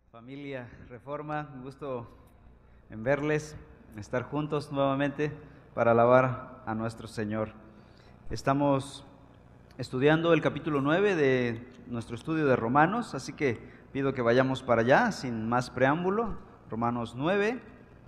Familia Reforma, un gusto en verles, estar juntos nuevamente para alabar a nuestro Señor. Estamos estudiando el capítulo 9 de nuestro estudio de Romanos, así que pido que vayamos para allá sin más preámbulo. Romanos 9,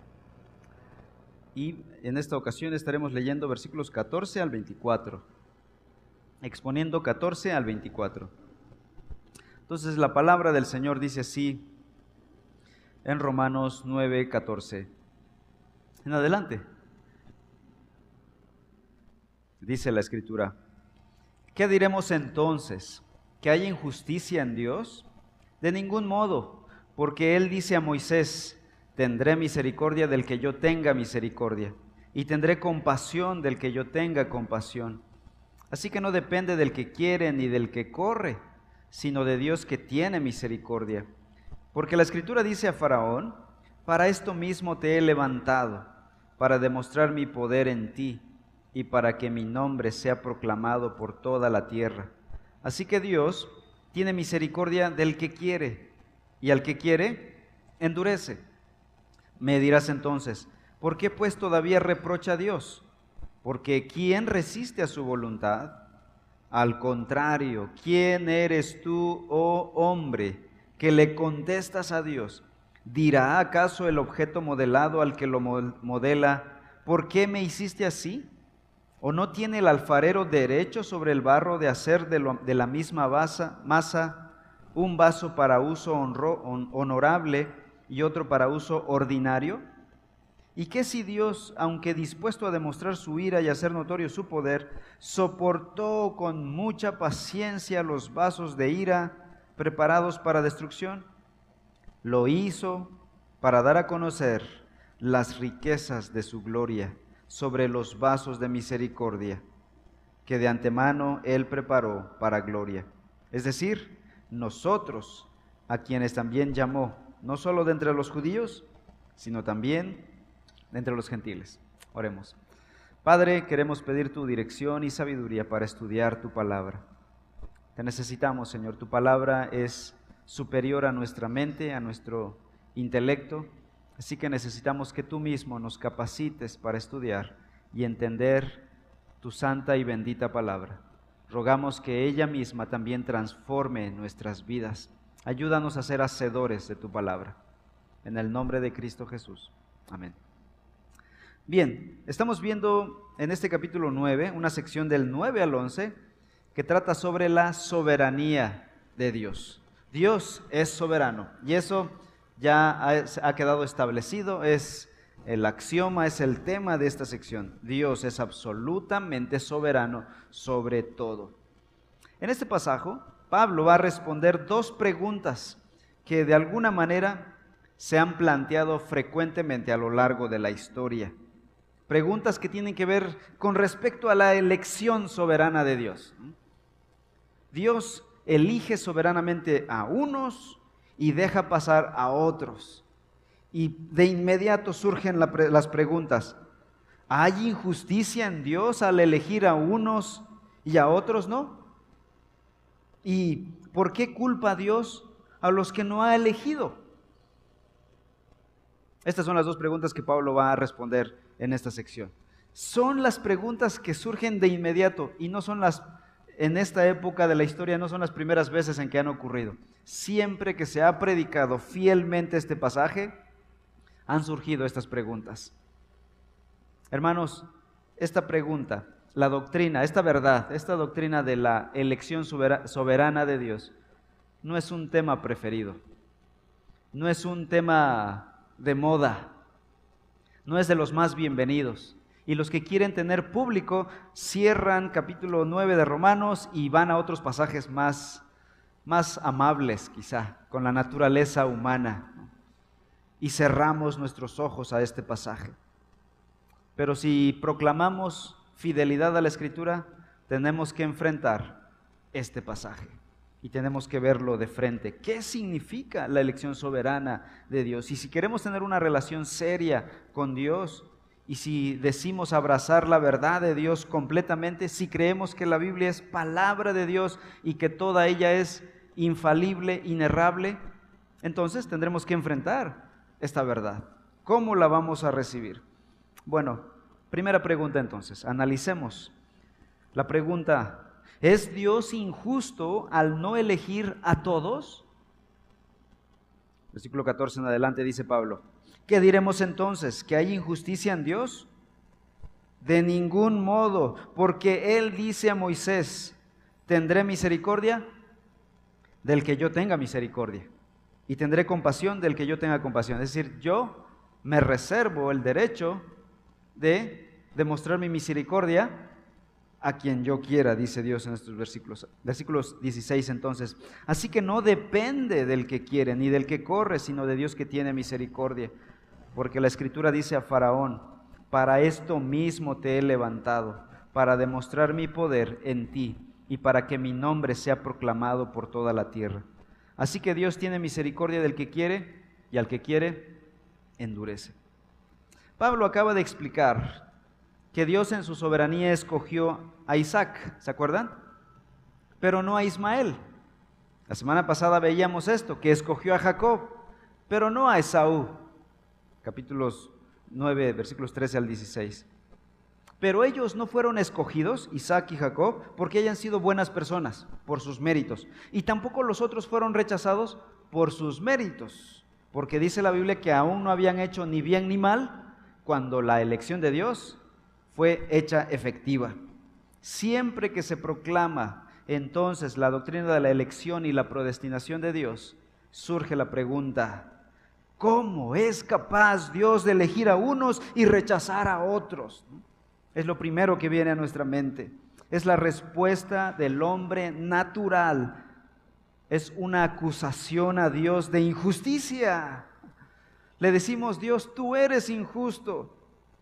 y en esta ocasión estaremos leyendo versículos 14 al 24, exponiendo 14 al 24. Entonces la palabra del Señor dice así en Romanos 9, 14. En adelante. Dice la Escritura: ¿qué diremos entonces? ¿Que hay injusticia en Dios? De ningún modo, porque Él dice a Moisés: tendré misericordia del que yo tenga misericordia, y tendré compasión del que yo tenga compasión. Así que no depende del que quiere ni del que corre, sino de Dios que tiene misericordia. Porque la Escritura dice a Faraón: para esto mismo te he levantado, para demostrar mi poder en ti, y para que mi nombre sea proclamado por toda la tierra. Así que Dios tiene misericordia del que quiere, y al que quiere, endurece. Me dirás entonces: ¿por qué pues todavía reprocha a Dios? Porque ¿quién resiste a su voluntad? Al contrario, ¿quién eres tú, oh hombre, que le contestas a Dios? ¿Dirá acaso el objeto modelado al que lo modela: ¿por qué me hiciste así? ¿O no tiene el alfarero derecho sobre el barro de hacer de la misma masa un vaso para uso honorable y otro para uso ordinario? ¿Y qué si Dios, aunque dispuesto a demostrar su ira y hacer notorio su poder, soportó con mucha paciencia los vasos de ira preparados para destrucción? Lo hizo para dar a conocer las riquezas de su gloria sobre los vasos de misericordia, que de antemano Él preparó para gloria. Es decir, nosotros, a quienes también llamó, no solo de entre los judíos, sino también de entre los gentiles. Oremos. Padre, queremos pedir tu dirección y sabiduría para estudiar tu palabra. Te necesitamos, Señor. Tu palabra es superior a nuestra mente, a nuestro intelecto, así que necesitamos que tú mismo nos capacites para estudiar y entender tu santa y bendita palabra. Rogamos que ella misma también transforme nuestras vidas. Ayúdanos a ser hacedores de tu palabra. En el nombre de Cristo Jesús. Amén. Bien, estamos viendo en este capítulo 9, una sección del 9 al 11, que trata sobre la soberanía de Dios. Dios es soberano, y eso ya ha quedado establecido, es el axioma, es el tema de esta sección. Dios es absolutamente soberano sobre todo. En este pasaje, Pablo va a responder dos preguntas que de alguna manera se han planteado frecuentemente a lo largo de la historia. Preguntas que tienen que ver con respecto a la elección soberana de Dios. Dios elige soberanamente a unos y deja pasar a otros. Y de inmediato surgen las preguntas: ¿hay injusticia en Dios al elegir a unos y a otros no? ¿Y por qué culpa a Dios a los que no ha elegido? Estas son las dos preguntas que Pablo va a responder en esta sección. Son las preguntas que surgen de inmediato y no son en esta época de la historia, no son las primeras veces en que han ocurrido. Siempre que se ha predicado fielmente este pasaje, han surgido estas preguntas. Hermanos, esta pregunta, la doctrina, esta verdad, esta doctrina de la elección soberana de Dios, no es un tema preferido, no es un tema de moda, no es de los más bienvenidos. Y los que quieren tener público cierran capítulo 9 de Romanos y van a otros pasajes más amables, quizá, con la naturaleza humana, y cerramos nuestros ojos a este pasaje. Pero si proclamamos fidelidad a la Escritura, tenemos que enfrentar este pasaje y tenemos que verlo de frente. ¿Qué significa la elección soberana de Dios? Y si queremos tener una relación seria con Dios, y si decimos abrazar la verdad de Dios completamente, si creemos que la Biblia es palabra de Dios y que toda ella es infalible, inerrable, entonces tendremos que enfrentar esta verdad. ¿Cómo la vamos a recibir? Bueno, primera pregunta entonces, analicemos la pregunta: ¿es Dios injusto al no elegir a todos? Versículo 14 en adelante dice Pablo: ¿qué diremos entonces? ¿Que hay injusticia en Dios? De ningún modo, porque Él dice a Moisés: tendré misericordia del que yo tenga misericordia, y tendré compasión del que yo tenga compasión. Es decir, yo me reservo el derecho de demostrar mi misericordia a quien yo quiera, dice Dios en estos versículos. Versículos 16 entonces: así que no depende del que quiere ni del que corre, sino de Dios que tiene misericordia. Porque la Escritura dice a Faraón: para esto mismo te he levantado, para demostrar mi poder en ti y para que mi nombre sea proclamado por toda la tierra. Así que Dios tiene misericordia del que quiere, y al que quiere endurece. Pablo acaba de explicar que Dios en su soberanía escogió a Isaac, ¿se acuerdan? Pero no a Ismael. La semana pasada veíamos esto, que escogió a Jacob, pero no a Esaú. Capítulos 9, versículos 13 al 16. Pero ellos no fueron escogidos, Isaac y Jacob, porque hayan sido buenas personas, por sus méritos. Y tampoco los otros fueron rechazados por sus méritos, porque dice la Biblia que aún no habían hecho ni bien ni mal cuando la elección de Dios fue hecha efectiva. Siempre que se proclama entonces la doctrina de la elección y la predestinación de Dios, surge la pregunta: ¿cómo es capaz Dios de elegir a unos y rechazar a otros? Es lo primero que viene a nuestra mente. Es la respuesta del hombre natural. Es una acusación a Dios de injusticia. Le decimos: Dios, tú eres injusto.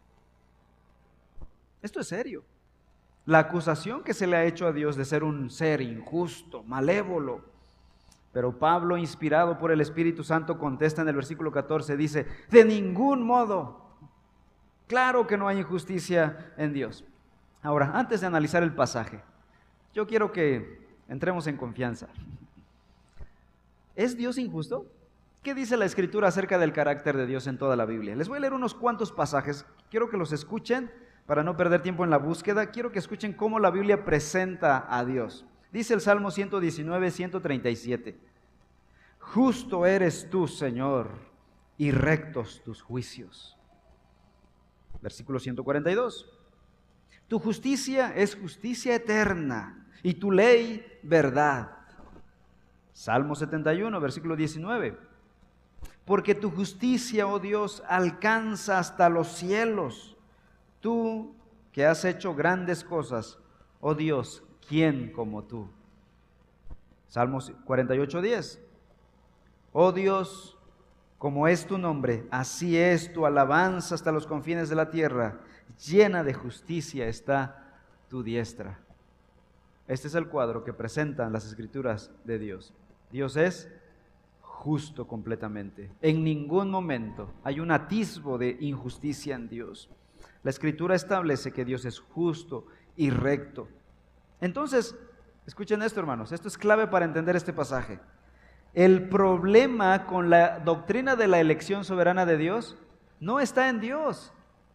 Esto es serio. La acusación que se le ha hecho a Dios de ser un ser injusto, malévolo. Pero Pablo, inspirado por el Espíritu Santo, contesta en el versículo 14, dice: de ningún modo. Claro que no hay injusticia en Dios. Ahora, antes de analizar el pasaje, yo quiero que entremos en confianza. ¿Es Dios injusto? ¿Qué dice la Escritura acerca del carácter de Dios en toda la Biblia? Les voy a leer unos cuantos pasajes. Quiero que los escuchen para no perder tiempo en la búsqueda. Quiero que escuchen cómo la Biblia presenta a Dios. Dice el Salmo 119, 137. Justo eres tú, Señor, y rectos tus juicios. Versículo 142. Tu justicia es justicia eterna y tu ley verdad. Salmo 71, versículo 19. Porque tu justicia, oh Dios, alcanza hasta los cielos. Tú que has hecho grandes cosas, oh Dios, ¿quién como tú? Salmos 48, 10. Oh Dios, como es tu nombre, así es tu alabanza hasta los confines de la tierra. Llena de justicia está tu diestra. Este es el cuadro que presentan las Escrituras de Dios. Dios es justo completamente. En ningún momento hay un atisbo de injusticia en Dios. La Escritura establece que Dios es justo y recto. Entonces, escuchen esto, hermanos. Esto es clave para entender este pasaje. El problema con la doctrina de la elección soberana de Dios no está en Dios,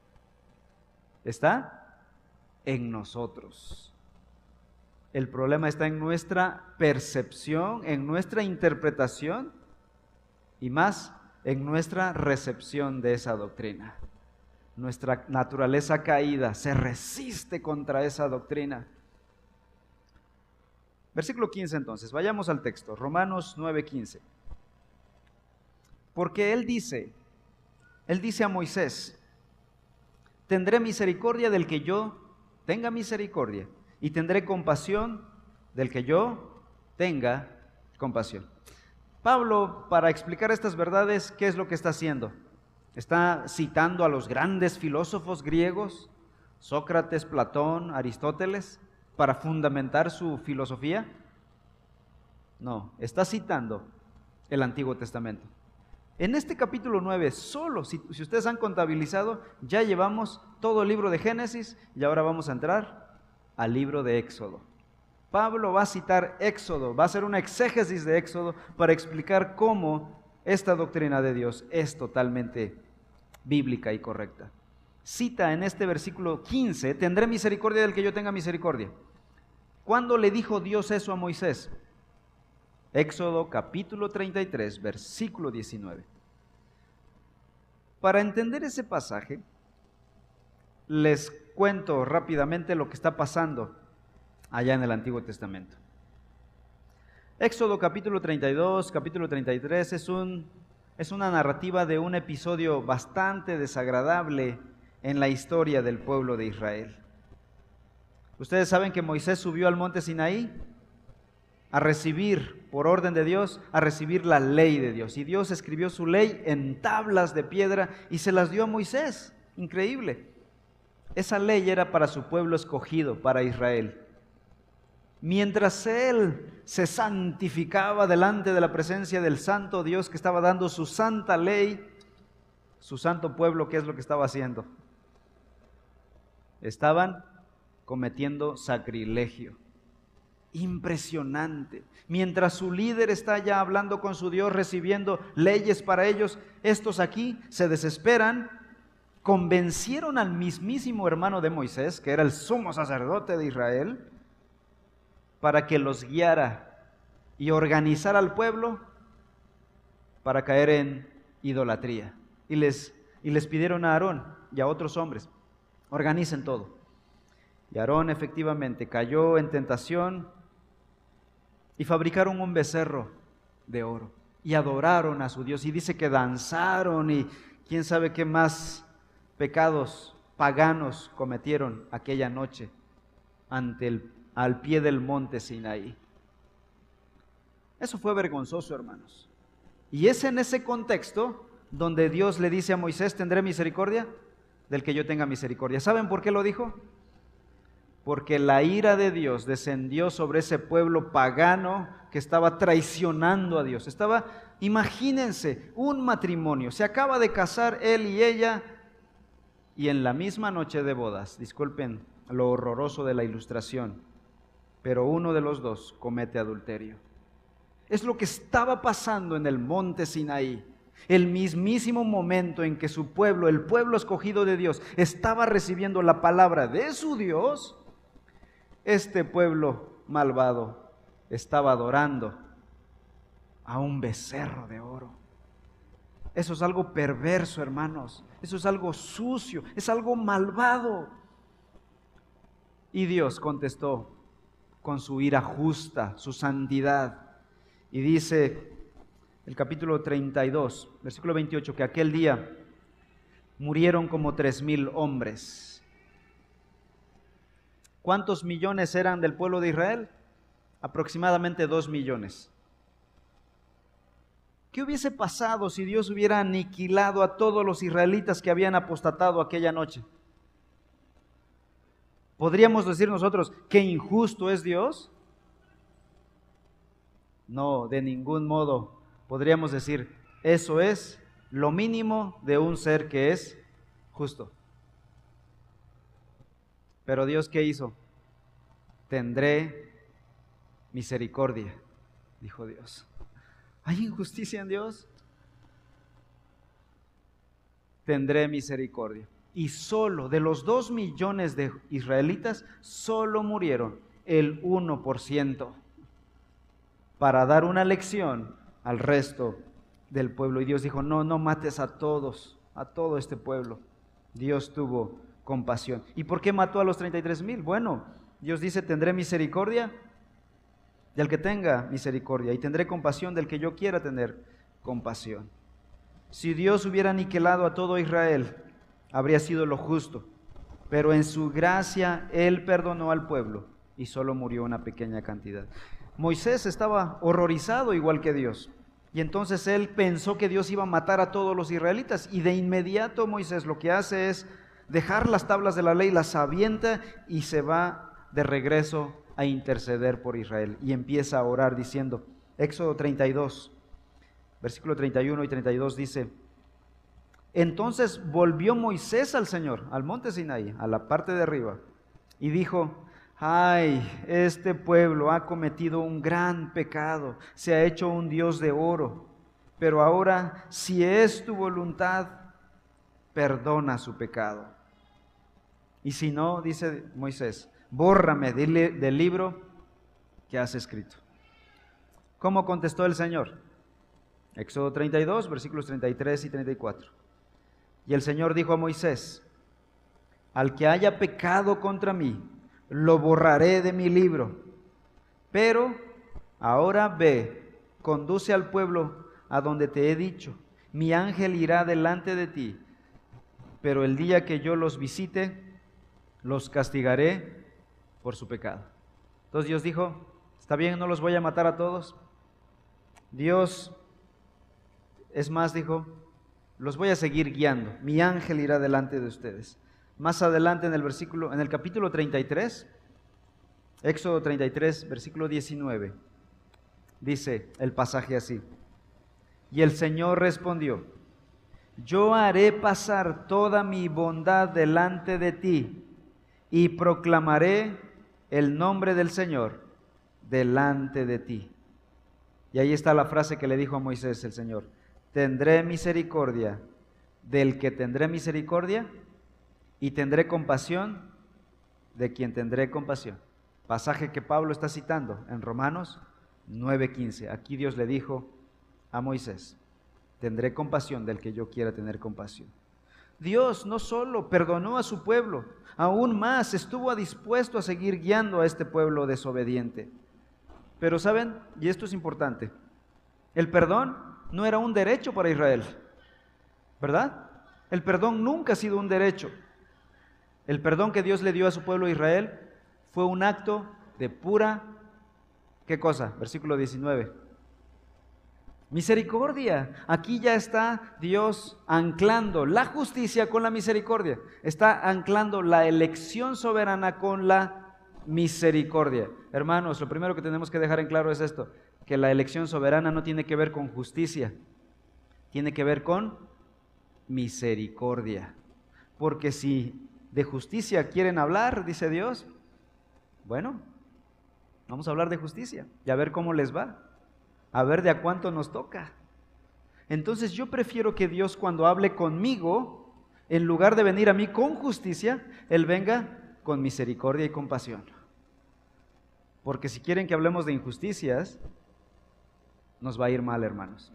está en nosotros. El problema está en nuestra percepción, en nuestra interpretación y más en nuestra recepción de esa doctrina. Nuestra naturaleza caída se resiste contra esa doctrina. Versículo 15 entonces, vayamos al texto, Romanos 9:15. Porque Él dice a Moisés: tendré misericordia del que yo tenga misericordia, y tendré compasión del que yo tenga compasión. Pablo, para explicar estas verdades, ¿qué es lo que está haciendo? Está citando a los grandes filósofos griegos, Sócrates, Platón, Aristóteles, para fundamentar su filosofía. No, está citando el Antiguo Testamento. En este capítulo 9, solo, si ustedes han contabilizado, ya llevamos todo el libro de Génesis y ahora vamos a entrar al libro de Éxodo. Pablo va a citar Éxodo, va a hacer una exégesis de Éxodo para explicar cómo esta doctrina de Dios es totalmente bíblica y correcta. Cita en este versículo 15, tendré misericordia del que yo tenga misericordia. ¿Cuándo le dijo Dios eso a Moisés? Éxodo capítulo 33, versículo 19. Para entender ese pasaje, les cuento rápidamente lo que está pasando allá en el Antiguo Testamento. Éxodo capítulo 32, capítulo 33 es una narrativa de un episodio bastante desagradable en la historia del pueblo de Israel. Ustedes saben que Moisés subió al monte Sinaí a recibir, por orden de Dios, a recibir la ley de Dios. Y Dios escribió su ley en tablas de piedra y se las dio a Moisés. Increíble. Esa ley era para su pueblo escogido, para Israel. Mientras él se santificaba delante de la presencia del santo Dios que estaba dando su santa ley, su santo pueblo, ¿qué es lo que estaba haciendo? Estaban cometiendo sacrilegio. Impresionante. Mientras su líder está ya hablando con su Dios, recibiendo leyes para ellos, estos aquí se desesperan, convencieron al mismísimo hermano de Moisés, que era el sumo sacerdote de Israel, para que los guiara y organizara al pueblo para caer en idolatría. Y les pidieron a Aarón y a otros hombres, organicen todo. Y Aarón efectivamente cayó en tentación y fabricaron un becerro de oro y adoraron a su Dios. Y dice que danzaron y quién sabe qué más pecados paganos cometieron aquella noche al pie del monte Sinaí. Eso fue vergonzoso, hermanos. Y es en ese contexto donde Dios le dice a Moisés, tendré misericordia del que yo tenga misericordia. ¿Saben por qué lo dijo? Porque la ira de Dios descendió sobre ese pueblo pagano que estaba traicionando a Dios. Imagínense, un matrimonio, se acaba de casar él y ella, y en la misma noche de bodas, disculpen lo horroroso de la ilustración, pero uno de los dos comete adulterio. Es lo que estaba pasando en el monte Sinaí. El mismísimo momento en que su pueblo, el pueblo escogido de Dios, estaba recibiendo la palabra de su Dios, este pueblo malvado estaba adorando a un becerro de oro. Eso es algo perverso, hermanos. Eso es algo sucio, es algo malvado. Y Dios contestó con su ira justa, su santidad. Y dice el capítulo 32, versículo 28, que aquel día murieron como 3,000 hombres. ¿Cuántos millones eran del pueblo de Israel? Aproximadamente 2 millones. ¿Qué hubiese pasado si Dios hubiera aniquilado a todos los israelitas que habían apostatado aquella noche? ¿Podríamos decir nosotros qué injusto es Dios? No, de ningún modo. Podríamos decir, eso es lo mínimo de un ser que es justo. Pero Dios, ¿qué hizo? Tendré misericordia, dijo Dios. ¿Hay injusticia en Dios? Tendré misericordia. Y solo de los 2 millones de israelitas, solo murieron el 1%, para dar una lección al resto del pueblo. Y Dios dijo, no mates a todos, a todo este pueblo. Dios tuvo compasión. ¿Y por qué mató a los 33,000? Bueno, Dios dice, tendré misericordia del que tenga misericordia y tendré compasión del que yo quiera tener compasión. Si Dios hubiera aniquilado a todo Israel, habría sido lo justo, pero en su gracia Él perdonó al pueblo y solo murió una pequeña cantidad. Moisés estaba horrorizado igual que Dios, y entonces él pensó que Dios iba a matar a todos los israelitas, y de inmediato Moisés lo que hace es dejar las tablas de la ley, las avienta y se va de regreso a interceder por Israel, y empieza a orar diciendo, Éxodo 32, versículo 31 y 32 dice, entonces volvió Moisés al Señor, al monte Sinaí, a la parte de arriba, y dijo, ay, este pueblo ha cometido un gran pecado, se ha hecho un dios de oro, pero ahora, si es tu voluntad, perdona su pecado. Y si no, dice Moisés, bórrame del libro que has escrito. ¿Cómo contestó el Señor? Éxodo 32, versículos 33 y 34. Y el Señor dijo a Moisés, al que haya pecado contra mí, lo borraré de mi libro. Pero ahora ve, conduce al pueblo a donde te he dicho. Mi ángel irá delante de ti, pero el día que yo los visite, los castigaré por su pecado. Entonces Dios dijo, está bien, no los voy a matar a todos. Dios, es más, dijo, los voy a seguir guiando. Mi ángel irá delante de ustedes. Más adelante en el capítulo 33, Éxodo 33, versículo 19, dice el pasaje así. Y el Señor respondió, yo haré pasar toda mi bondad delante de ti y proclamaré el nombre del Señor delante de ti. Y ahí está la frase que le dijo a Moisés el Señor. Tendré misericordia del que tendré misericordia y tendré compasión de quien tendré compasión. Pasaje que Pablo está citando en Romanos 9:15. Aquí Dios le dijo a Moisés, tendré compasión del que yo quiera tener compasión. Dios no solo perdonó a su pueblo, aún más estuvo dispuesto a seguir guiando a este pueblo desobediente. Pero ¿saben? Y esto es importante, el perdón no era un derecho para Israel, ¿verdad? El perdón nunca ha sido un derecho. El perdón que Dios le dio a su pueblo Israel fue un acto de pura, ¿qué cosa? Versículo 19. Misericordia. Aquí ya está Dios anclando la justicia con la misericordia. Está anclando la elección soberana con la misericordia. Hermanos, lo primero que tenemos que dejar en claro es esto, que la elección soberana no tiene que ver con justicia, tiene que ver con misericordia. Porque si de justicia quieren hablar, dice Dios, bueno, vamos a hablar de justicia y a ver cómo les va, a ver de a cuánto nos toca. Entonces yo prefiero que Dios, cuando hable conmigo, en lugar de venir a mí con justicia, Él venga con misericordia y compasión. Porque si quieren que hablemos de injusticias, nos va a ir mal, hermanos.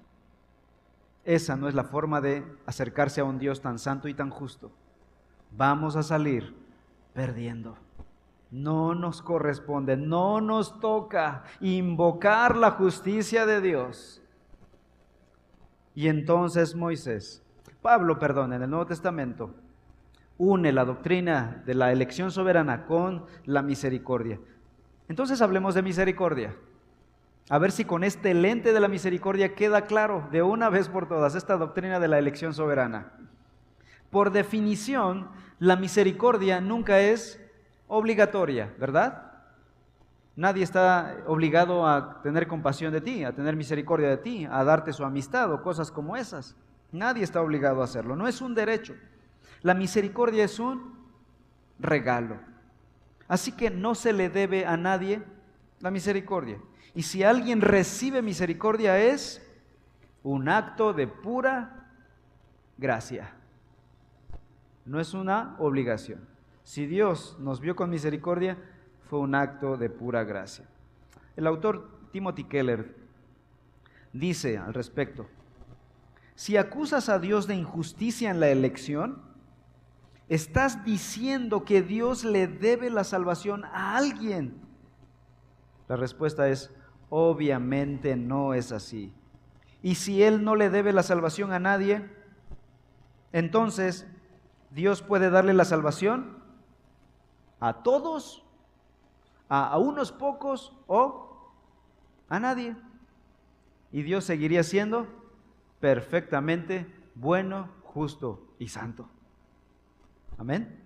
Esa no es la forma de acercarse a un Dios tan santo y tan justo. Vamos a salir perdiendo. No nos corresponde, no nos toca invocar la justicia de Dios. Y entonces Pablo, en el Nuevo Testamento, une la doctrina de la elección soberana con la misericordia. Entonces hablemos de misericordia. A ver si con este lente de la misericordia queda claro de una vez por todas esta doctrina de la elección soberana. Por definición, la misericordia nunca es obligatoria, ¿verdad? Nadie está obligado a tener compasión de ti, a tener misericordia de ti, a darte su amistad o cosas como esas. Nadie está obligado a hacerlo, no es un derecho. La misericordia es un regalo. Así que no se le debe a nadie la misericordia. Y si alguien recibe misericordia es un acto de pura gracia. No es una obligación. Si Dios nos vio con misericordia, fue un acto de pura gracia. El autor Timothy Keller dice al respecto, si acusas a Dios de injusticia en la elección, estás diciendo que Dios le debe la salvación a alguien. La respuesta es, obviamente no es así. Y si Él no le debe la salvación a nadie, entonces Dios puede darle la salvación a todos, a unos pocos o a nadie. Y Dios seguiría siendo perfectamente bueno, justo y santo. Amén.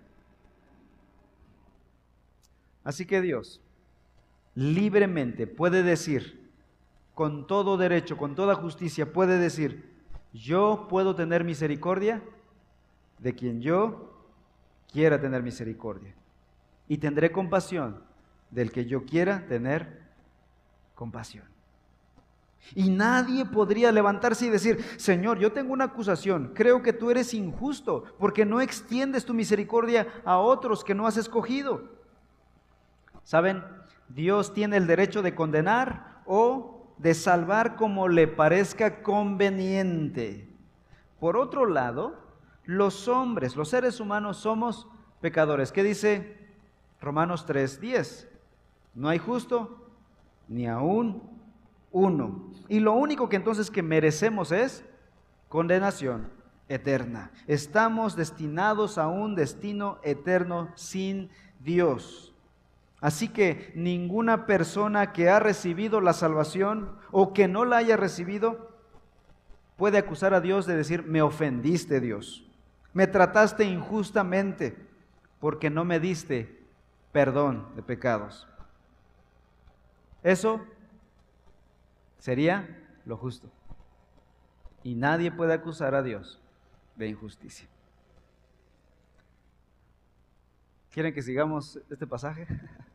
Así que Dios libremente puede decir, con todo derecho, con toda justicia, puede decir, yo puedo tener misericordia de quien yo quiera tener misericordia. Y tendré compasión del que yo quiera tener compasión. Y nadie podría levantarse y decir: Señor, yo tengo una acusación, creo que tú eres injusto, porque no extiendes tu misericordia a otros que no has escogido. ¿Saben? Dios tiene el derecho de condenar o de salvar como le parezca conveniente. Por otro lado, los hombres, los seres humanos, somos pecadores. ¿Qué dice Romanos 3:10? No hay justo, ni aún uno. Y lo único que entonces que merecemos es condenación eterna. Estamos destinados a un destino eterno sin Dios. Así que ninguna persona que ha recibido la salvación o que no la haya recibido puede acusar a Dios de decir: me ofendiste, Dios, me trataste injustamente porque no me diste perdón de pecados. Eso sería lo justo. Y nadie puede acusar a Dios de injusticia. ¿Quieren que sigamos este pasaje?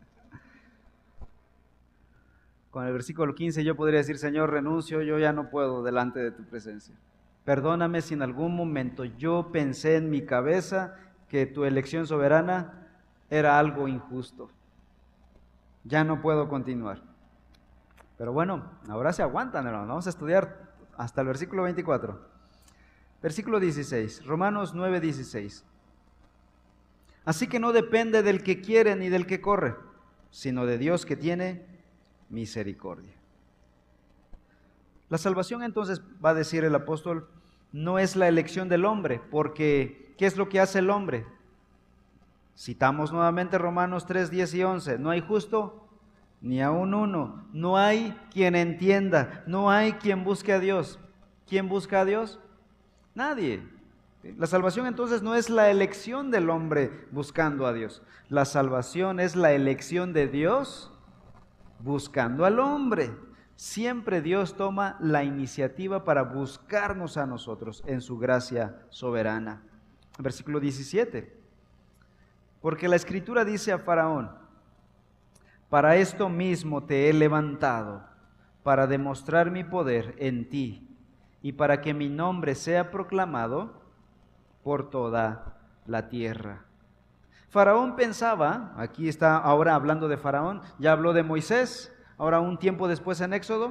Con el versículo 15 yo podría decir: Señor, renuncio, yo ya no puedo delante de tu presencia. Perdóname si en algún momento yo pensé en mi cabeza que tu elección soberana era algo injusto. Ya no puedo continuar. Pero bueno, ahora se aguantan, hermano. Vamos a estudiar hasta el versículo 24. Versículo 16, Romanos 9:16. Así que no depende del que quiere ni del que corre, sino de Dios que tiene misericordia. La salvación, entonces, va a decir el apóstol, no es la elección del hombre, porque ¿qué es lo que hace el hombre? Citamos nuevamente Romanos 3:10 y 11. No hay justo ni aún uno, no hay quien entienda, no hay quien busque a Dios. ¿Quién busca a Dios? Nadie. La salvación entonces no es la elección del hombre buscando a Dios. La salvación es la elección de Dios buscando al hombre. Siempre Dios toma la iniciativa para buscarnos a nosotros en su gracia soberana. Versículo 17. Porque la Escritura dice a Faraón: para esto mismo te he levantado, para demostrar mi poder en ti y para que mi nombre sea proclamado por toda la tierra. Faraón pensaba, aquí está ahora hablando de Faraón, ya habló de Moisés, ahora un tiempo después en Éxodo,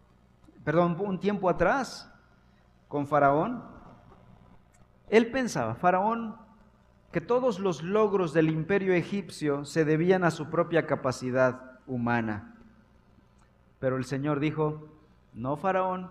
un tiempo atrás con Faraón. Él pensaba, Faraón, que todos los logros del imperio egipcio se debían a su propia capacidad humana. Pero el Señor dijo: no, Faraón,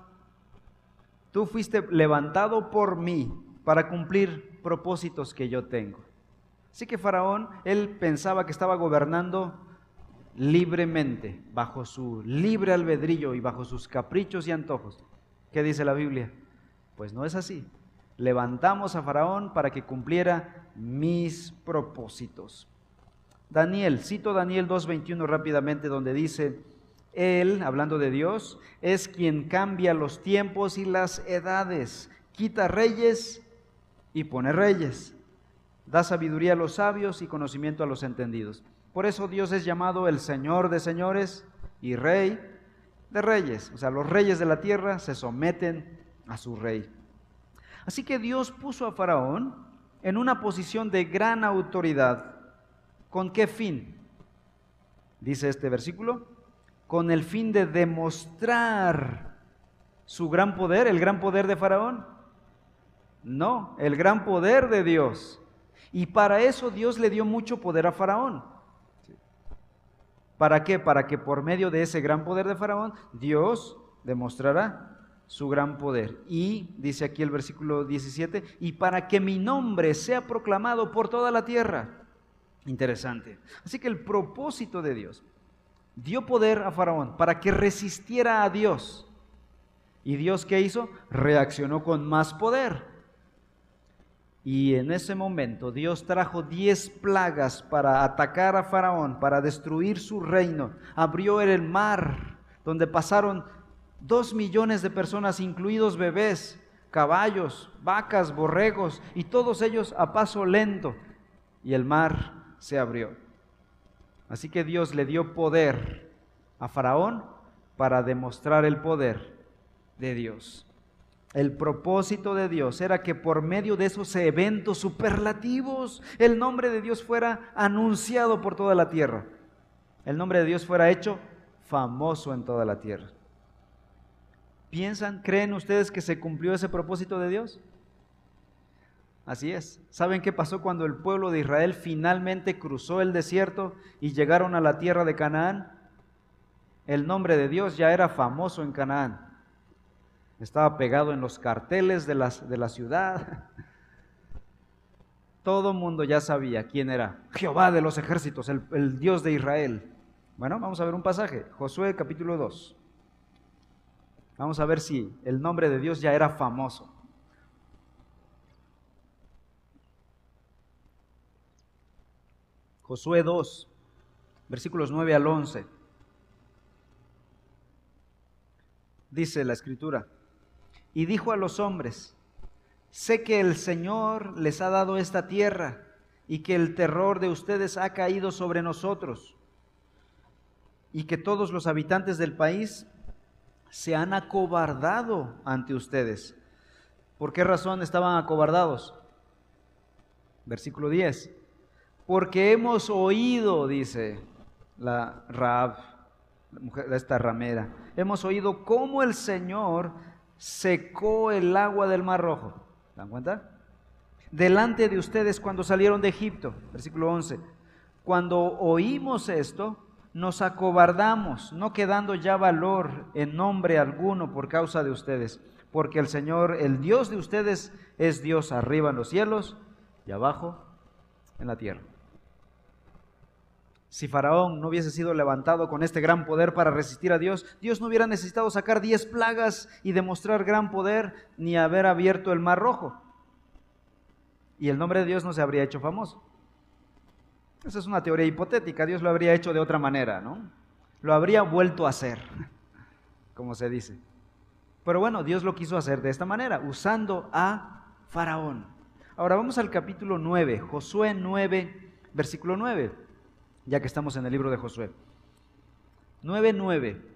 tú fuiste levantado por mí para cumplir propósitos que yo tengo. Así que Faraón, él pensaba que estaba gobernando libremente, bajo su libre albedrío y bajo sus caprichos y antojos. ¿Qué dice la Biblia? Pues no es así. Levantamos a Faraón para que cumpliera mis propósitos. Daniel, cito Daniel 2:21 rápidamente, donde dice: Él, hablando de Dios, es quien cambia los tiempos y las edades, quita reyes y pone reyes, da sabiduría a los sabios y conocimiento a los entendidos. Por eso Dios es llamado el Señor de señores y Rey de reyes. O sea, los reyes de la tierra se someten a su rey. Así que Dios puso a Faraón en una posición de gran autoridad. ¿Con qué fin? Dice este versículo: con el fin de demostrar su gran poder. ¿El gran poder de Faraón? No, el gran poder de Dios. Y para eso Dios le dio mucho poder a Faraón. ¿Para qué? Para que por medio de ese gran poder de Faraón, Dios demostrará su gran poder. Y dice aquí el versículo 17: y para que mi nombre sea proclamado por toda la tierra. Interesante. Así que el propósito de Dios dio poder a Faraón para que resistiera a Dios. ¿Y Dios qué hizo? Reaccionó con más poder. Y en ese momento Dios trajo 10 plagas para atacar a Faraón, para destruir su reino. Abrió el mar, donde pasaron 2 millones de personas, incluidos bebés, caballos, vacas, borregos, y todos ellos a paso lento. Y el mar se abrió. Así que Dios le dio poder a Faraón para demostrar el poder de Dios. El propósito de Dios era que por medio de esos eventos superlativos, el nombre de Dios fuera anunciado por toda la tierra. El nombre de Dios fuera hecho famoso en toda la tierra. ¿Creen ustedes que se cumplió ese propósito de Dios? Así es. ¿Saben qué pasó cuando el pueblo de Israel finalmente cruzó el desierto y llegaron a la tierra de Canaán? El nombre de Dios ya era famoso en Canaán. Estaba pegado en los carteles de la ciudad. Todo el mundo ya sabía quién era Jehová de los ejércitos, el Dios de Israel. Bueno, vamos a ver un pasaje, Josué capítulo 2. Vamos a ver si el nombre de Dios ya era famoso. Josué 2, versículos 9 al 11. Dice la Escritura: y dijo a los hombres: sé que el Señor les ha dado esta tierra y que el terror de ustedes ha caído sobre nosotros y que todos los habitantes del país se han acobardado ante ustedes. ¿Por qué razón estaban acobardados? Versículo 10. Porque hemos oído, dice la Rahab, la mujer de esta ramera, hemos oído cómo el Señor secó el agua del Mar Rojo. ¿Se dan cuenta? Delante de ustedes cuando salieron de Egipto. Versículo 11. Cuando oímos esto, nos acobardamos, no quedando ya valor en nombre alguno por causa de ustedes, porque el Señor, el Dios de ustedes, es Dios arriba en los cielos y abajo en la tierra. Si Faraón no hubiese sido levantado con este gran poder para resistir a Dios, Dios no hubiera necesitado sacar 10 plagas y demostrar gran poder, ni haber abierto el Mar Rojo. Y el nombre de Dios no se habría hecho famoso. Esa es una teoría hipotética. Dios lo habría hecho de otra manera, ¿no? Lo habría vuelto a hacer, como se dice. Pero bueno, Dios lo quiso hacer de esta manera, usando a Faraón. Ahora vamos al capítulo 9, Josué 9, versículo 9, ya que estamos en el libro de Josué. 9:9.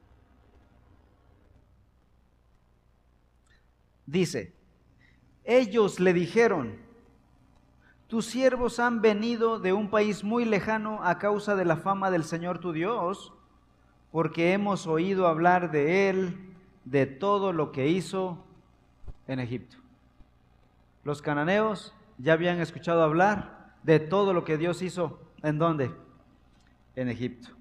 Dice: ellos le dijeron: tus siervos han venido de un país muy lejano a causa de la fama del Señor tu Dios, porque hemos oído hablar de Él, de todo lo que hizo en Egipto. Los cananeos ya habían escuchado hablar de todo lo que Dios hizo. ¿En dónde? En Egipto.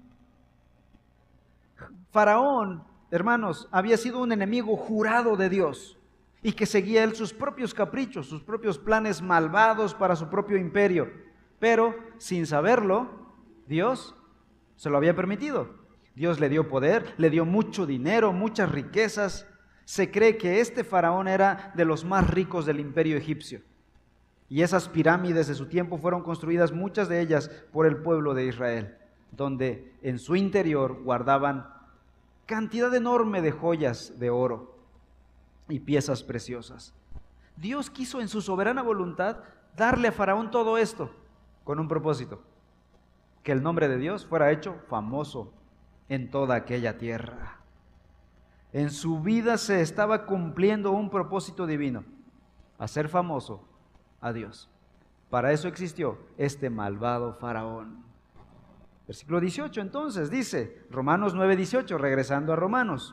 Faraón, hermanos, había sido un enemigo jurado de Dios y que seguía él sus propios caprichos, sus propios planes malvados para su propio imperio. Pero, sin saberlo, Dios se lo había permitido. Dios le dio poder, le dio mucho dinero, muchas riquezas. Se cree que este faraón era de los más ricos del imperio egipcio. Y esas pirámides de su tiempo fueron construidas, muchas de ellas, por el pueblo de Israel, donde en su interior guardaban cantidad enorme de joyas de oro y piezas preciosas. Dios quiso en su soberana voluntad darle a Faraón todo esto con un propósito: que el nombre de Dios fuera hecho famoso en toda aquella tierra. En su vida se estaba cumpliendo un propósito divino: hacer famoso a Dios. Para eso existió este malvado Faraón. Versículo 18 entonces dice, Romanos 9:18, regresando a Romanos.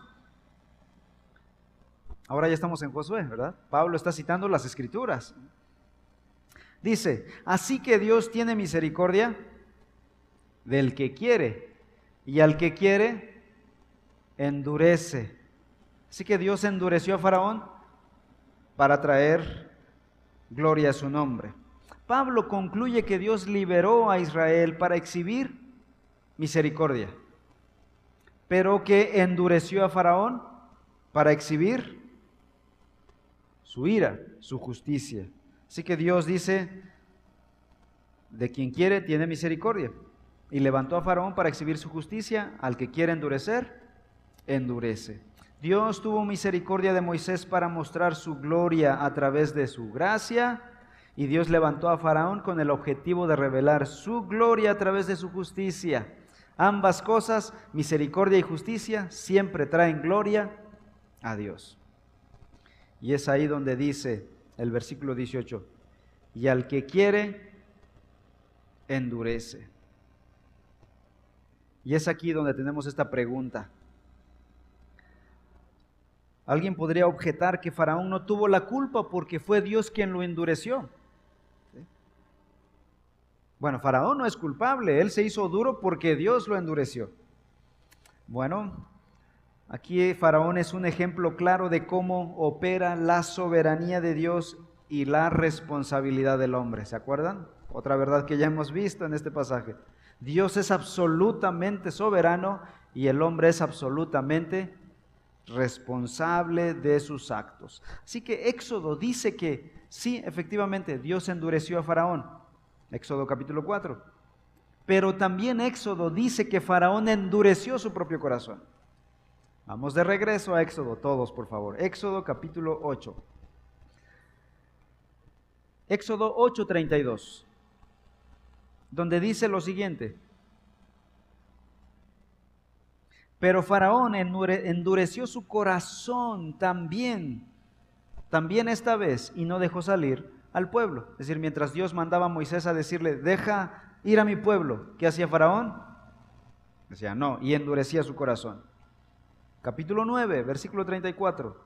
Ahora ya estamos en Josué, ¿verdad? Pablo está citando las Escrituras. Dice: así que Dios tiene misericordia del que quiere, y al que quiere endurece. Así que Dios endureció a Faraón para traer gloria a su nombre. Pablo concluye que Dios liberó a Israel para exhibir misericordia, pero que endureció a Faraón para exhibir su ira, su justicia. Así que Dios dice: de quien quiere tiene misericordia, y levantó a Faraón para exhibir su justicia. Al que quiere endurecer, endurece. Dios tuvo misericordia de Moisés para mostrar su gloria a través de su gracia, y Dios levantó a Faraón con el objetivo de revelar su gloria a través de su justicia. Ambas cosas, misericordia y justicia, siempre traen gloria a Dios. Y es ahí donde dice el versículo 18, y al que quiere, endurece. Y es aquí donde tenemos esta pregunta. Alguien podría objetar que Faraón no tuvo la culpa porque fue Dios quien lo endureció. ¿Sí? Bueno, Faraón no es culpable, él se hizo duro porque Dios lo endureció. Bueno, aquí Faraón es un ejemplo claro de cómo opera la soberanía de Dios y la responsabilidad del hombre. ¿Se acuerdan? Otra verdad que ya hemos visto en este pasaje. Dios es absolutamente soberano y el hombre es absolutamente responsable de sus actos. Así que Éxodo dice que sí, efectivamente, Dios endureció a Faraón. Éxodo capítulo 4. Pero también Éxodo dice que Faraón endureció su propio corazón. Vamos de regreso a Éxodo, todos por favor. Éxodo capítulo 8. Éxodo 8:32, donde dice lo siguiente. Pero Faraón endureció su corazón también esta vez, y no dejó salir al pueblo. Es decir, mientras Dios mandaba a Moisés a decirle, deja ir a mi pueblo, ¿qué hacía Faraón? Decía no, y endurecía su corazón. Capítulo 9, versículo 34.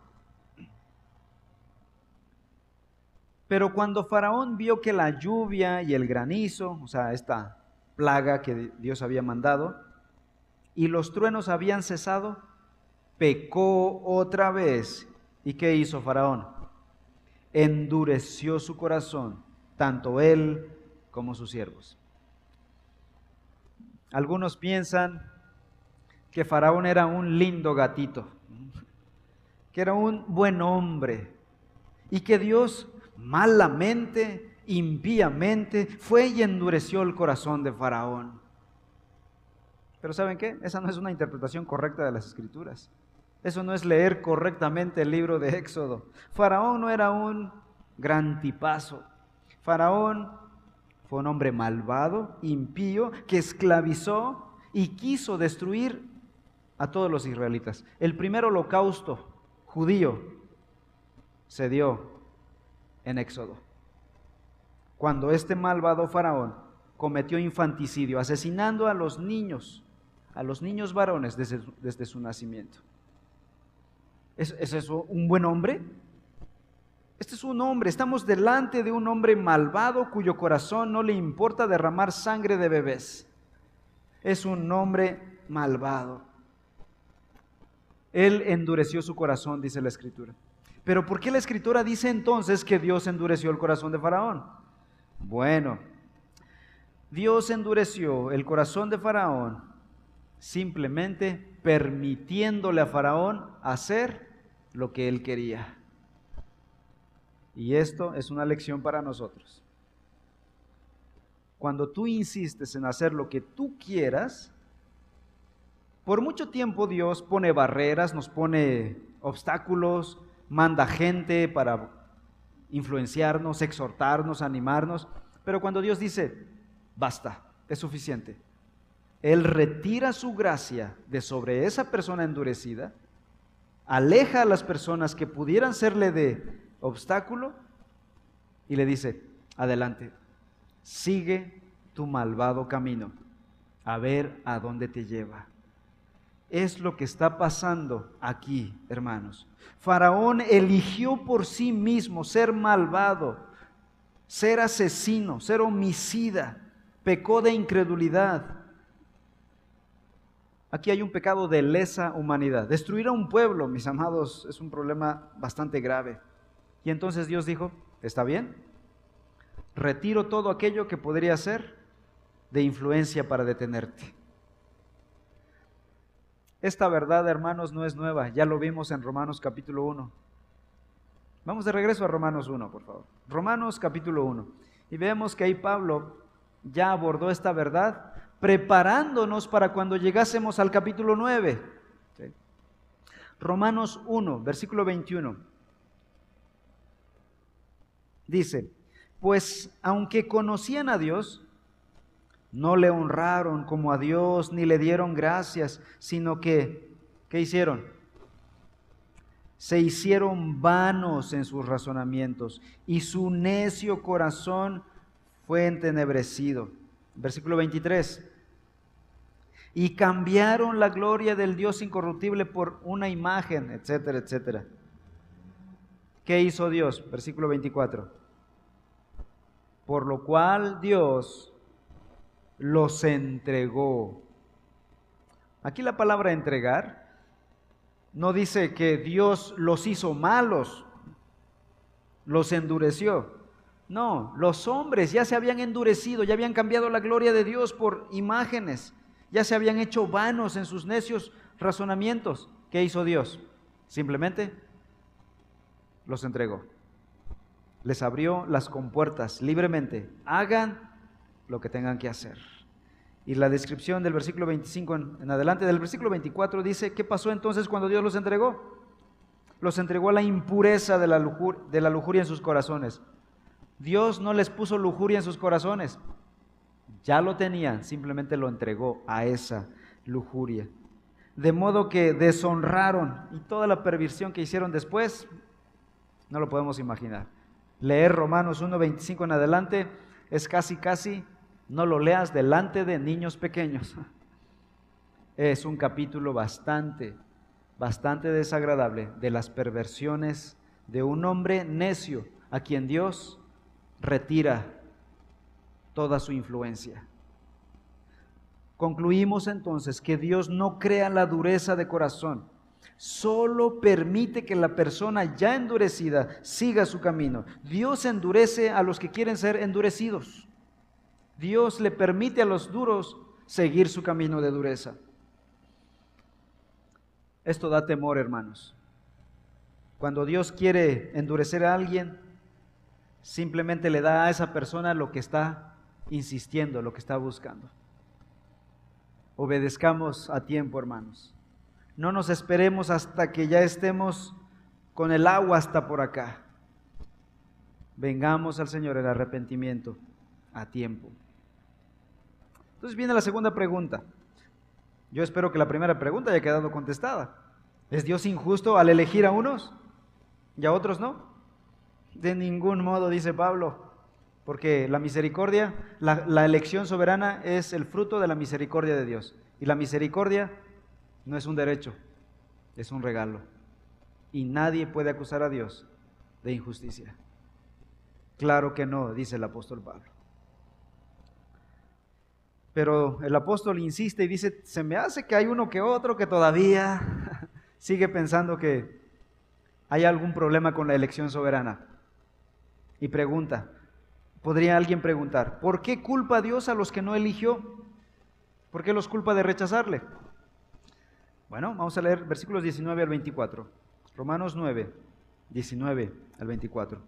Pero cuando Faraón vio que la lluvia y el granizo, o sea, esta plaga que Dios había mandado, y los truenos habían cesado, pecó otra vez. ¿Y qué hizo Faraón? Endureció su corazón, tanto él como sus siervos. Algunos piensan que Faraón era un lindo gatito, que era un buen hombre, y que Dios malamente, impíamente, fue y endureció el corazón de Faraón. Pero ¿saben qué? Esa no es una interpretación correcta de las Escrituras. Eso no es leer correctamente el libro de Éxodo. Faraón no era un gran tipazo. Faraón fue un hombre malvado, impío, que esclavizó y quiso destruir a todos los israelitas. El primer holocausto judío se dio en Éxodo, cuando este malvado Faraón cometió infanticidio, asesinando a los niños varones desde su nacimiento. ¿Es eso un buen hombre? Este es un hombre, estamos delante de un hombre malvado cuyo corazón no le importa derramar sangre de bebés. Es un hombre malvado. Él endureció su corazón, dice la Escritura. Pero ¿por qué la Escritura dice entonces que Dios endureció el corazón de Faraón? Bueno, Dios endureció el corazón de Faraón simplemente permitiéndole a Faraón hacer lo que él quería. Y esto es una lección para nosotros. Cuando tú insistes en hacer lo que tú quieras, por mucho tiempo Dios pone barreras, nos pone obstáculos, manda gente para influenciarnos, exhortarnos, animarnos. Pero cuando Dios dice, basta, es suficiente, Él retira su gracia de sobre esa persona endurecida, aleja a las personas que pudieran serle de obstáculo y le dice, adelante, sigue tu malvado camino, a ver a dónde te lleva. Es lo que está pasando aquí, hermanos. Faraón eligió por sí mismo ser malvado, ser asesino, ser homicida, pecó de incredulidad. Aquí hay un pecado de lesa humanidad. Destruir a un pueblo, mis amados, es un problema bastante grave. Y entonces Dios dijo, está bien, retiro todo aquello que podría ser de influencia para detenerte. Esta verdad, hermanos, no es nueva, ya lo vimos en Romanos capítulo 1. Vamos de regreso a Romanos 1, por favor. Romanos capítulo 1. Y vemos que ahí Pablo ya abordó esta verdad, preparándonos para cuando llegásemos al capítulo 9. ¿Sí? Romanos 1, versículo 21. Dice, pues aunque conocían a Dios, no le honraron como a Dios, ni le dieron gracias, sino que, ¿qué hicieron? se hicieron vanos en sus razonamientos y su necio corazón fue entenebrecido. Versículo 23. Y cambiaron la gloria del Dios incorruptible por una imagen, etcétera, etcétera. ¿Qué hizo Dios? Versículo 24. Por lo cual Dios los entregó. Aquí la palabra entregar no dice que Dios los hizo malos, los endureció. No, los hombres ya se habían endurecido, ya habían cambiado la gloria de Dios por imágenes, ya se habían hecho vanos en sus necios razonamientos. ¿Qué hizo Dios? Simplemente los entregó. Les abrió las compuertas libremente. Hagan lo que tengan que hacer. Y la descripción del versículo 25 en adelante, del versículo 24 dice, ¿qué pasó entonces cuando Dios los entregó? Los entregó a la impureza de la lujuria en sus corazones. Dios no les puso lujuria en sus corazones. Ya lo tenían, simplemente lo entregó a esa lujuria. De modo que deshonraron, y toda la perversión que hicieron después, no lo podemos imaginar. Leer Romanos 1:25 en adelante es casi, no lo leas delante de niños pequeños. Es un capítulo bastante desagradable de las perversiones de un hombre necio a quien Dios retira toda su influencia. Concluimos entonces que Dios no crea la dureza de corazón, solo permite que la persona ya endurecida siga su camino. Dios endurece a los que quieren ser endurecidos. Dios le permite a los duros seguir su camino de dureza. Esto da temor, hermanos. Cuando Dios quiere endurecer a alguien, simplemente le da a esa persona lo que está insistiendo, lo que está buscando. Obedezcamos a tiempo, hermanos. No nos esperemos hasta que ya estemos con el agua hasta por acá. Vengamos al Señor en arrepentimiento a tiempo. Entonces viene la segunda pregunta. Yo espero que la primera pregunta haya quedado contestada. ¿Es Dios injusto al elegir a unos y a otros no? De ningún modo, dice Pablo, porque la misericordia, la elección soberana es el fruto de la misericordia de Dios. Y la misericordia no es un derecho, es un regalo. Y nadie puede acusar a Dios de injusticia. Claro que no, dice el apóstol Pablo. Pero el apóstol insiste y dice, se me hace que hay uno que otro que todavía sigue pensando que hay algún problema con la elección soberana. Y pregunta, ¿podría alguien preguntar, ¿por qué culpa a Dios a los que no eligió? ¿Por qué los culpa de rechazarle? Bueno, vamos a leer versículos 19 al 24. Romanos 9, 19 al 24.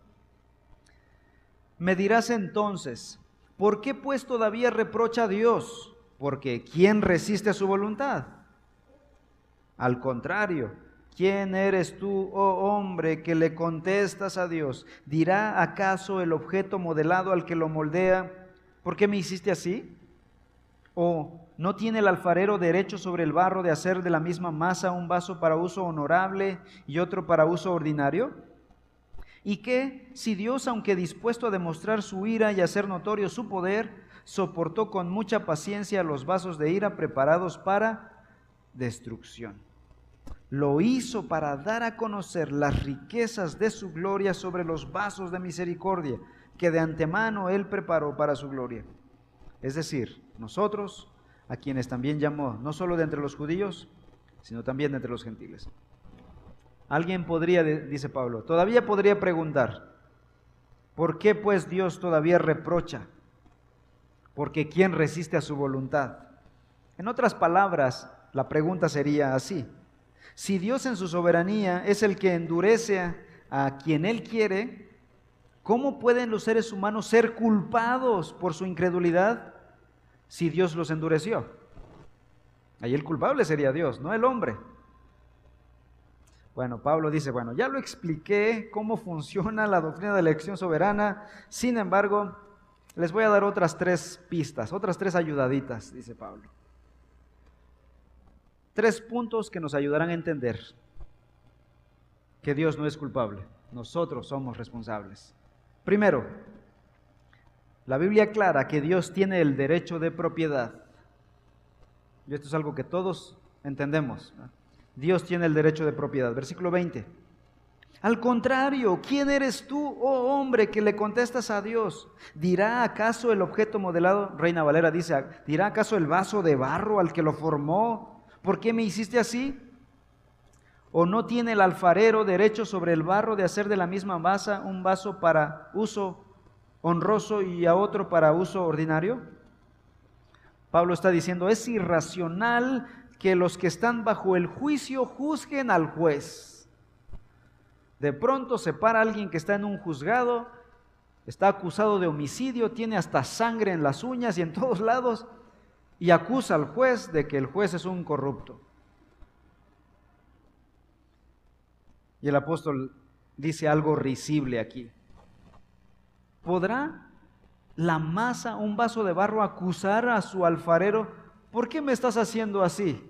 Me dirás entonces, ¿por qué pues todavía reprocha a Dios? Porque ¿quién resiste a su voluntad? Al contrario, ¿quién eres tú, oh hombre, que le contestas a Dios? ¿Dirá acaso el objeto modelado al que lo moldea, ¿por qué me hiciste así? ¿O no tiene el alfarero derecho sobre el barro de hacer de la misma masa un vaso para uso honorable y otro para uso ordinario? ¿Y qué si Dios, aunque dispuesto a demostrar su ira y hacer notorio su poder, soportó con mucha paciencia los vasos de ira preparados para destrucción? Lo hizo para dar a conocer las riquezas de su gloria sobre los vasos de misericordia que de antemano Él preparó para su gloria. Es decir, nosotros, a quienes también llamó, no solo de entre los judíos, sino también de entre los gentiles. Alguien podría, dice Pablo, todavía podría preguntar, ¿por qué pues Dios todavía reprocha? Porque ¿quién resiste a su voluntad? En otras palabras, la pregunta sería así: si Dios en su soberanía es el que endurece a quien Él quiere, ¿cómo pueden los seres humanos ser culpados por su incredulidad si Dios los endureció? Ahí el culpable sería Dios, no el hombre. Bueno, Pablo dice, bueno, ya lo expliqué cómo funciona la doctrina de la elección soberana, sin embargo, les voy a dar otras 3 pistas, otras 3 ayudaditas, dice Pablo. 3 puntos que nos ayudarán a entender. que Dios no es culpable, nosotros somos responsables. Primero, la Biblia aclara que Dios tiene el derecho de propiedad. Y esto es algo que todos entendemos, ¿no? Dios tiene el derecho de propiedad. Versículo 20. Al contrario, ¿quién eres tú, oh hombre, que le contestas a Dios? ¿Dirá acaso el objeto modelado? Reina Valera dice, ¿dirá acaso el vaso de barro al que lo formó? ¿Por qué me hiciste así? ¿O no tiene el alfarero derecho sobre el barro de hacer de la misma masa un vaso para uso honroso y a otro para uso ordinario? Pablo está diciendo, es irracional que los que están bajo el juicio juzguen al juez. De pronto se para alguien que está en un juzgado, está acusado de homicidio, tiene hasta sangre en las uñas y en todos lados, y acusa al juez de que el juez es un corrupto. Y el apóstol dice algo risible aquí. ¿Podrá la masa, un vaso de barro, acusar a su alfarero? ¿Por qué me estás haciendo así?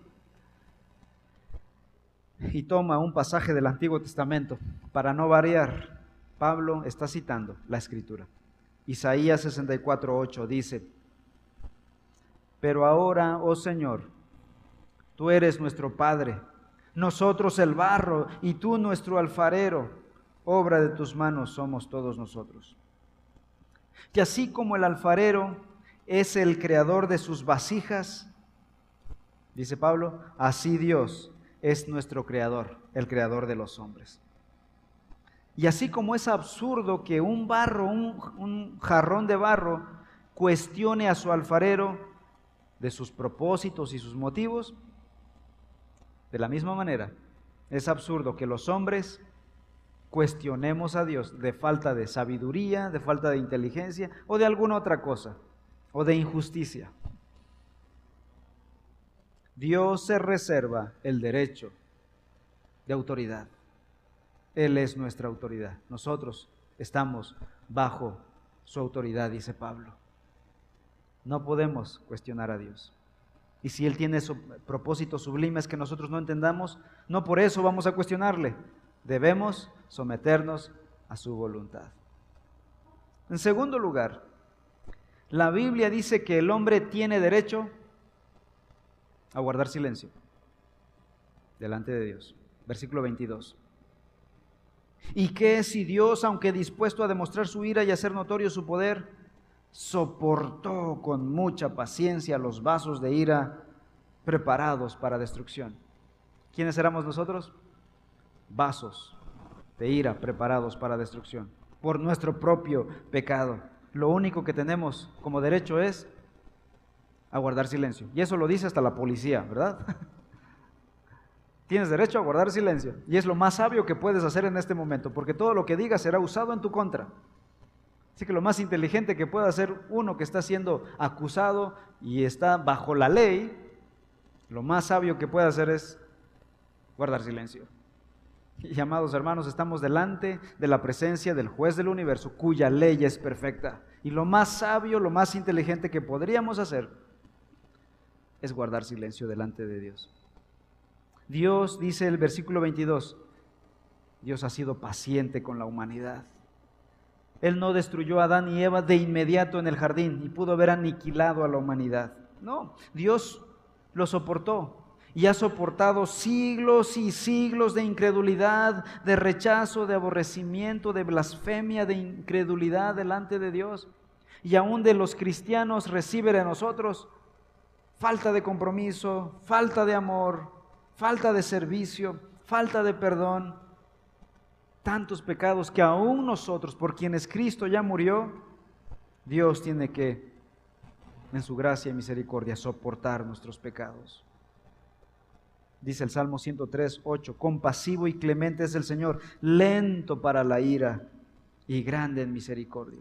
Y toma un pasaje del Antiguo Testamento. Para no variar, Pablo está citando la Escritura. Isaías 64:8 dice, pero ahora, oh Señor, tú eres nuestro Padre, nosotros el barro y tú nuestro alfarero, obra de tus manos somos todos nosotros. Que así como el alfarero es el creador de sus vasijas, dice Pablo, así Dios es nuestro creador, el creador de los hombres. Y así como es absurdo que un barro, un jarrón de barro, cuestione a su alfarero de sus propósitos y sus motivos, de la misma manera, es absurdo que los hombres cuestionemos a Dios de falta de sabiduría, de falta de inteligencia o de alguna otra cosa, o de injusticia. Dios se reserva el derecho de autoridad. Él es nuestra autoridad. Nosotros estamos bajo su autoridad, dice Pablo. No podemos cuestionar a Dios. Y si Él tiene propósitos sublimes que nosotros no entendamos, no por eso vamos a cuestionarle. Debemos someternos a su voluntad. En segundo lugar, la Biblia dice que el hombre tiene derecho a guardar silencio delante de Dios. Versículo 22. ¿Y qué si Dios, aunque dispuesto a demostrar su ira y hacer notorio su poder, soportó con mucha paciencia los vasos de ira preparados para destrucción? ¿Quiénes éramos nosotros? Vasos de ira preparados para destrucción, por nuestro propio pecado. Lo único que tenemos como derecho es a guardar silencio. Y eso lo dice hasta la policía, ¿verdad? Tienes derecho a guardar silencio. Y es lo más sabio que puedes hacer en este momento, porque todo lo que digas será usado en tu contra. Así que lo más inteligente que pueda hacer uno que está siendo acusado y está bajo la ley, lo más sabio que puede hacer es guardar silencio. Y amados hermanos, estamos delante de la presencia del juez del universo, cuya ley es perfecta. Y lo más sabio, lo más inteligente que podríamos hacer es guardar silencio delante de Dios. Dios, dice el versículo 22, Dios ha sido paciente con la humanidad. Él no destruyó a Adán y Eva de inmediato en el jardín y pudo haber aniquilado a la humanidad. No, Dios lo soportó y ha soportado siglos y siglos de incredulidad, de rechazo, de aborrecimiento, de blasfemia, de incredulidad delante de Dios. Y aún de los cristianos recibe de nosotros falta de compromiso, falta de amor, falta de servicio, falta de perdón. Tantos pecados que aún nosotros, por quienes Cristo ya murió, Dios tiene que, en su gracia y misericordia, soportar nuestros pecados. Dice el Salmo 103:8, compasivo y clemente es el Señor, lento para la ira y grande en misericordia.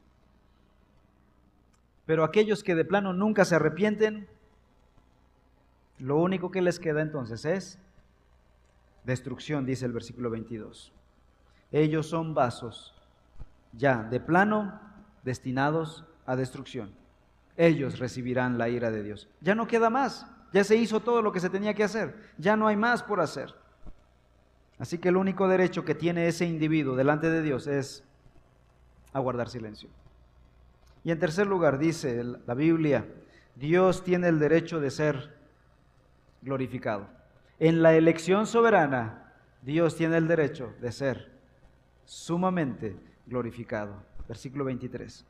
Pero aquellos que de plano nunca se arrepienten, lo único que les queda entonces es destrucción, dice el versículo 22. Ellos son vasos ya de plano destinados a destrucción. Ellos recibirán la ira de Dios. Ya no queda más, ya se hizo todo lo que se tenía que hacer, ya no hay más por hacer. Así que el único derecho que tiene ese individuo delante de Dios es a guardar silencio. Y en tercer lugar, dice la Biblia, Dios tiene el derecho de ser glorificado. En la elección soberana, Dios tiene el derecho de ser sumamente glorificado. Versículo 23.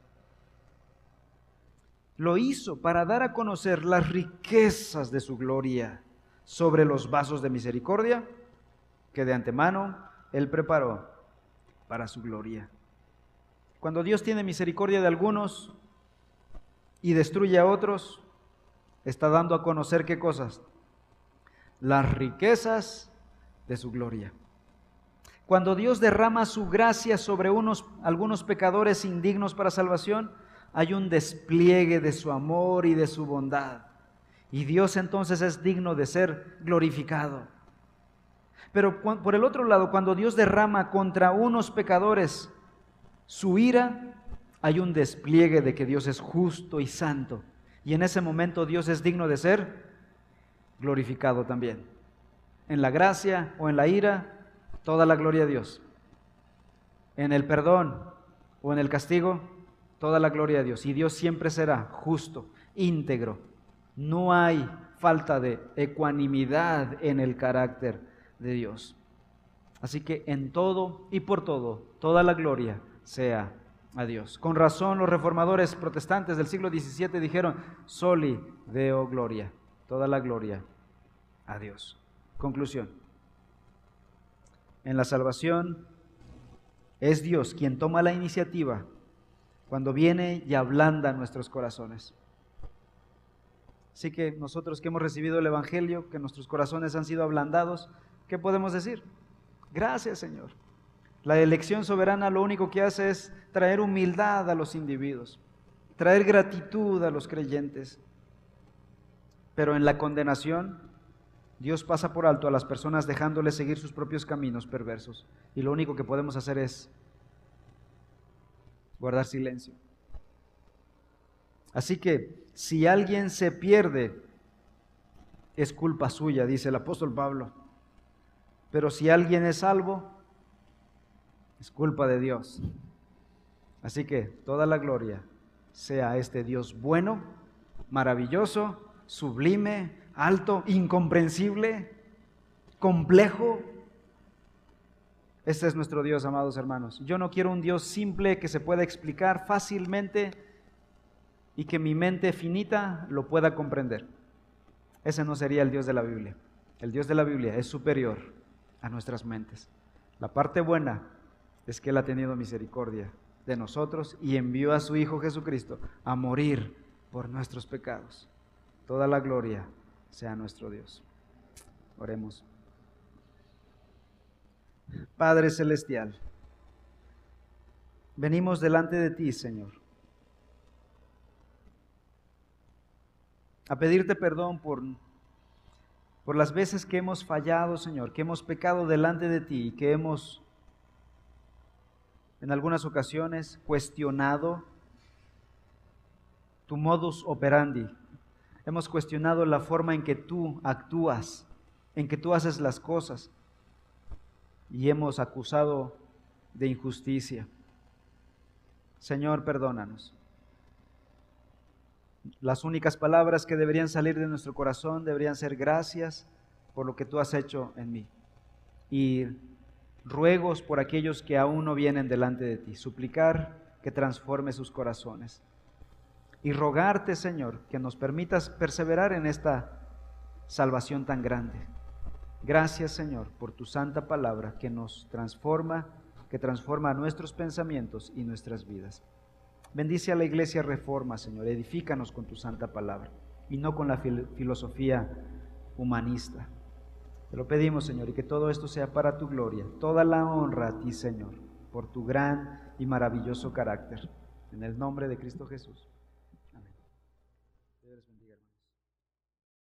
Lo hizo para dar a conocer las riquezas de su gloria sobre los vasos de misericordia que de antemano Él preparó para su gloria. Cuando Dios tiene misericordia de algunos y destruye a otros, está dando a conocer ¿qué cosas? Las riquezas de su gloria. Cuando Dios derrama su gracia sobre algunos pecadores indignos para salvación, hay un despliegue de su amor y de su bondad. Y Dios entonces es digno de ser glorificado. Pero por el otro lado, cuando Dios derrama contra unos pecadores su ira, hay un despliegue de que Dios es justo y santo. Y en ese momento Dios es digno de ser glorificado también. En la gracia o en la ira, toda la gloria a Dios. En el perdón o en el castigo, toda la gloria a Dios. Y Dios siempre será justo, íntegro. No hay falta de ecuanimidad en el carácter de Dios. Así que en todo y por todo, toda la gloria sea a Dios. Con razón los reformadores protestantes del siglo XVII dijeron, soli deo gloria, toda la gloria a Dios. Conclusión. En la salvación es Dios quien toma la iniciativa cuando viene y ablanda nuestros corazones. Así que nosotros que hemos recibido el Evangelio, que nuestros corazones han sido ablandados, ¿qué podemos decir? Gracias, Señor. La elección soberana lo único que hace es traer humildad a los individuos, traer gratitud a los creyentes. Pero en la condenación, Dios pasa por alto a las personas dejándoles seguir sus propios caminos perversos. Y lo único que podemos hacer es guardar silencio. Así que si alguien se pierde, es culpa suya, dice el apóstol Pablo. Pero si alguien es salvo, es culpa de Dios. Así que toda la gloria sea a este Dios bueno, maravilloso, sublime, alto, incomprensible, complejo. Este es nuestro Dios, amados hermanos. Yo no quiero un Dios simple que se pueda explicar fácilmente y que mi mente finita lo pueda comprender. Ese no sería el Dios de la Biblia. El Dios de la Biblia es superior a nuestras mentes. La parte buena es que Él ha tenido misericordia de nosotros y envió a su Hijo Jesucristo a morir por nuestros pecados. Toda la gloria sea a nuestro Dios. Oremos. Padre Celestial, venimos delante de ti, Señor, a pedirte perdón por las veces que hemos fallado, Señor, que hemos pecado delante de ti y que hemos en algunas ocasiones cuestionado tu modus operandi. Hemos cuestionado la forma en que tú actúas, en que tú haces las cosas y hemos acusado de injusticia. Señor, perdónanos. Las únicas palabras que deberían salir de nuestro corazón deberían ser gracias por lo que tú has hecho en mí y ruegos por aquellos que aún no vienen delante de ti, suplicar que transforme sus corazones y rogarte, Señor, que nos permitas perseverar en esta salvación tan grande. Gracias, Señor, por tu santa palabra que nos transforma, que transforma nuestros pensamientos y nuestras vidas. Bendice a la Iglesia Reforma, Señor, edifícanos con tu santa palabra y no con la filosofía humanista. Te lo pedimos, Señor, y que todo esto sea para tu gloria. Toda la honra a ti, Señor, por tu gran y maravilloso carácter. En el nombre de Cristo Jesús.